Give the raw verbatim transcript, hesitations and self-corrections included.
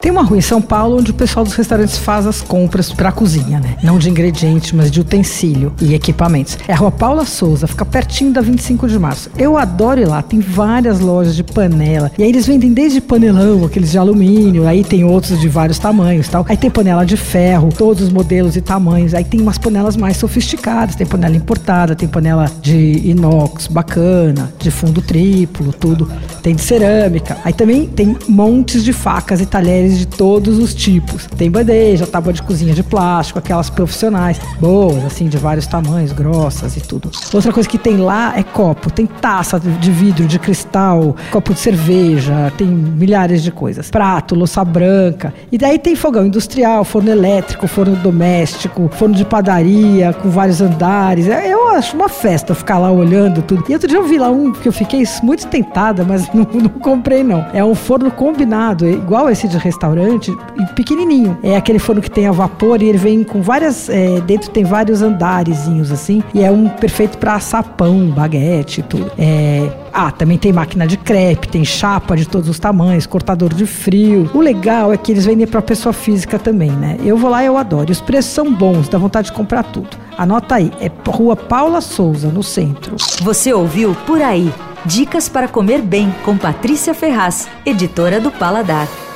Tem uma rua em São Paulo onde o pessoal dos restaurantes faz as compras pra cozinha, né? Não de ingredientes, mas de utensílio e equipamentos. É a Rua Paula Souza, fica pertinho da vinte e cinco de março. Eu adoro ir lá, tem várias lojas de panela. E aí eles vendem desde panelão, aqueles de alumínio, aí tem outros de vários tamanhos e tal. Aí tem panela de ferro, todos os modelos e tamanhos. Aí tem umas panelas mais sofisticadas, tem panela importada, tem panela de inox bacana, de fundo triplo, tudo. Tem de cerâmica. Aí também tem montes de facas e talheres de todos os tipos. Tem bandeja, tábua de cozinha de plástico, aquelas profissionais boas, assim, de vários tamanhos, grossas e tudo. Outra coisa que tem lá é copo. Tem taça de vidro, de cristal, copo de cerveja, tem milhares de coisas. Prato, louça branca. E daí tem fogão industrial, forno elétrico, forno doméstico, forno de padaria, com vários andares. Eu acho uma festa ficar lá olhando tudo. E outro dia eu vi lá um que eu fiquei muito tentada, mas não, não comprei não. É um forno combinado, é igual esse de restaurante, e pequenininho. É aquele forno que tem a vapor e ele vem com várias... É, dentro tem vários andarezinhos assim. E é um perfeito para assar pão, baguete e tudo. É... Ah, também tem máquina de crepe, tem chapa de todos os tamanhos, cortador de frio. O legal é que eles vendem para pessoa física também, né? Eu vou lá e eu adoro. E os preços são bons, dá vontade de comprar tudo. Anota aí, é Rua Paula Souza, no centro. Você ouviu Por Aí. Dicas para comer bem com Patrícia Ferraz, editora do Paladar.